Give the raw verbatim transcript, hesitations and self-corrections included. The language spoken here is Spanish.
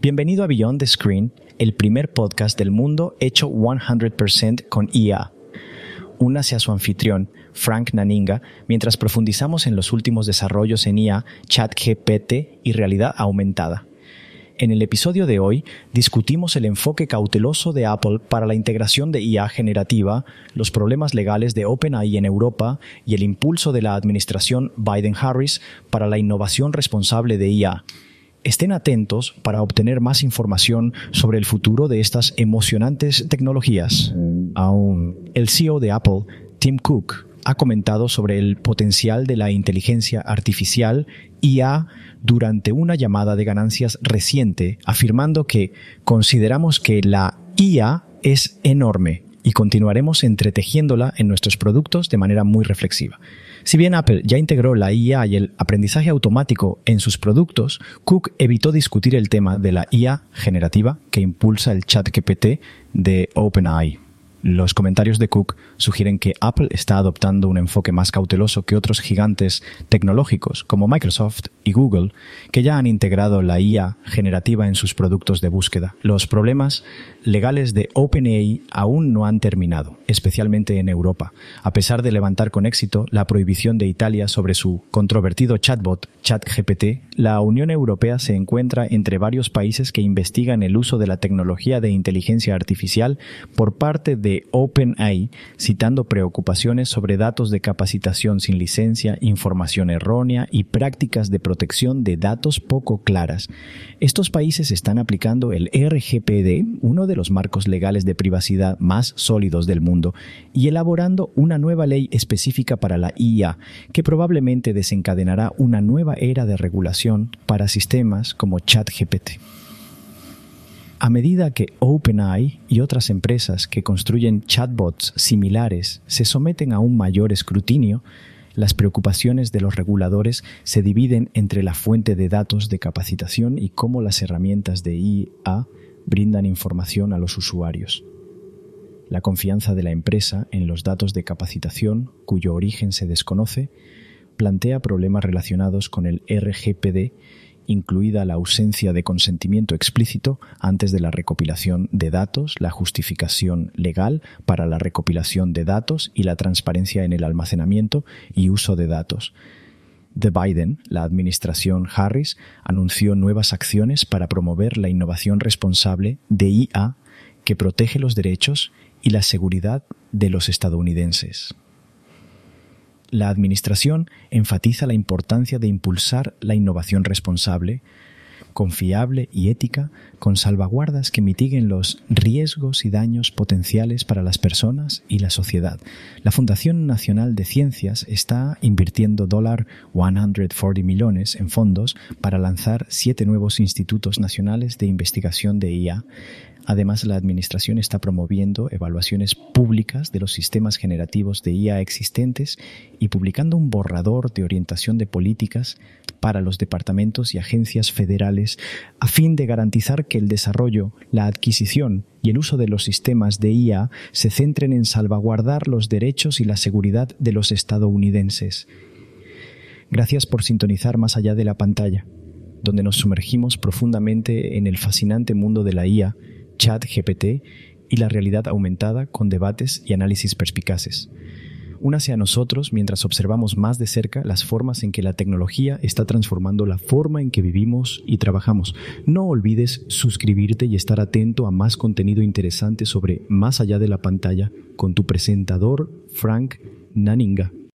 Bienvenido a Beyond the Screen, el primer podcast del mundo hecho cien por ciento con I A. Únase a su anfitrión, Frank Naninga, mientras profundizamos en los últimos desarrollos en I A, ChatGPT y realidad aumentada. En el episodio de hoy discutimos el enfoque cauteloso de Apple para la integración de I A generativa, los problemas legales de OpenAI en Europa y el impulso de la administración Biden-Harris para la innovación responsable de I A. Estén atentos para obtener más información sobre el futuro de estas emocionantes tecnologías. Aún, el C E O de Apple, Tim Cook, ha comentado sobre el potencial de la inteligencia artificial I A durante una llamada de ganancias reciente, afirmando que consideramos que la I A es enorme y continuaremos entretejiéndola en nuestros productos de manera muy reflexiva. Si bien Apple ya integró la I A y el aprendizaje automático en sus productos, Cook evitó discutir el tema de la I A generativa que impulsa el ChatGPT de OpenAI. Los comentarios de Cook sugieren que Apple está adoptando un enfoque más cauteloso que otros gigantes tecnológicos como Microsoft y Google, que ya han integrado la I A generativa en sus productos de búsqueda. Los problemas legales de OpenAI aún no han terminado, especialmente en Europa. A pesar de levantar con éxito la prohibición de Italia sobre su controvertido chatbot ChatGPT, la Unión Europea se encuentra entre varios países que investigan el uso de la tecnología de inteligencia artificial por parte de OpenAI, citando preocupaciones sobre datos de capacitación sin licencia, información errónea y prácticas de protección de datos poco claras. Estos países están aplicando el R G P D, uno de los marcos legales de privacidad más sólidos del mundo, y elaborando una nueva ley específica para la I A, que probablemente desencadenará una nueva era de regulación para sistemas como ChatGPT. A medida que OpenAI y otras empresas que construyen chatbots similares se someten a un mayor escrutinio, las preocupaciones de los reguladores se dividen entre la fuente de datos de capacitación y cómo las herramientas de I A brindan información a los usuarios. La confianza de la empresa en los datos de capacitación, cuyo origen se desconoce, plantea problemas relacionados con el R G P D, incluida la ausencia de consentimiento explícito antes de la recopilación de datos, la justificación legal para la recopilación de datos y la transparencia en el almacenamiento y uso de datos. De Biden, la administración Harris anunció nuevas acciones para promover la innovación responsable de I A que protege los derechos y la seguridad de los estadounidenses. La administración enfatiza la importancia de impulsar la innovación responsable, confiable y ética, con salvaguardas que mitiguen los riesgos y daños potenciales para las personas y la sociedad. La Fundación Nacional de Ciencias está invirtiendo ciento cuarenta millones en fondos para lanzar siete nuevos institutos nacionales de investigación de I A. Además, la Administración está promoviendo evaluaciones públicas de los sistemas generativos de I A existentes y publicando un borrador de orientación de políticas para los departamentos y agencias federales a fin de garantizar que el desarrollo, la adquisición y el uso de los sistemas de I A se centren en salvaguardar los derechos y la seguridad de los estadounidenses. Gracias por sintonizar Más allá de la pantalla, donde nos sumergimos profundamente en el fascinante mundo de la I A, ChatGPT y la realidad aumentada con debates y análisis perspicaces. Únase a nosotros mientras observamos más de cerca las formas en que la tecnología está transformando la forma en que vivimos y trabajamos. No olvides suscribirte y estar atento a más contenido interesante sobre Más allá de la pantalla con tu presentador Frank Naninga.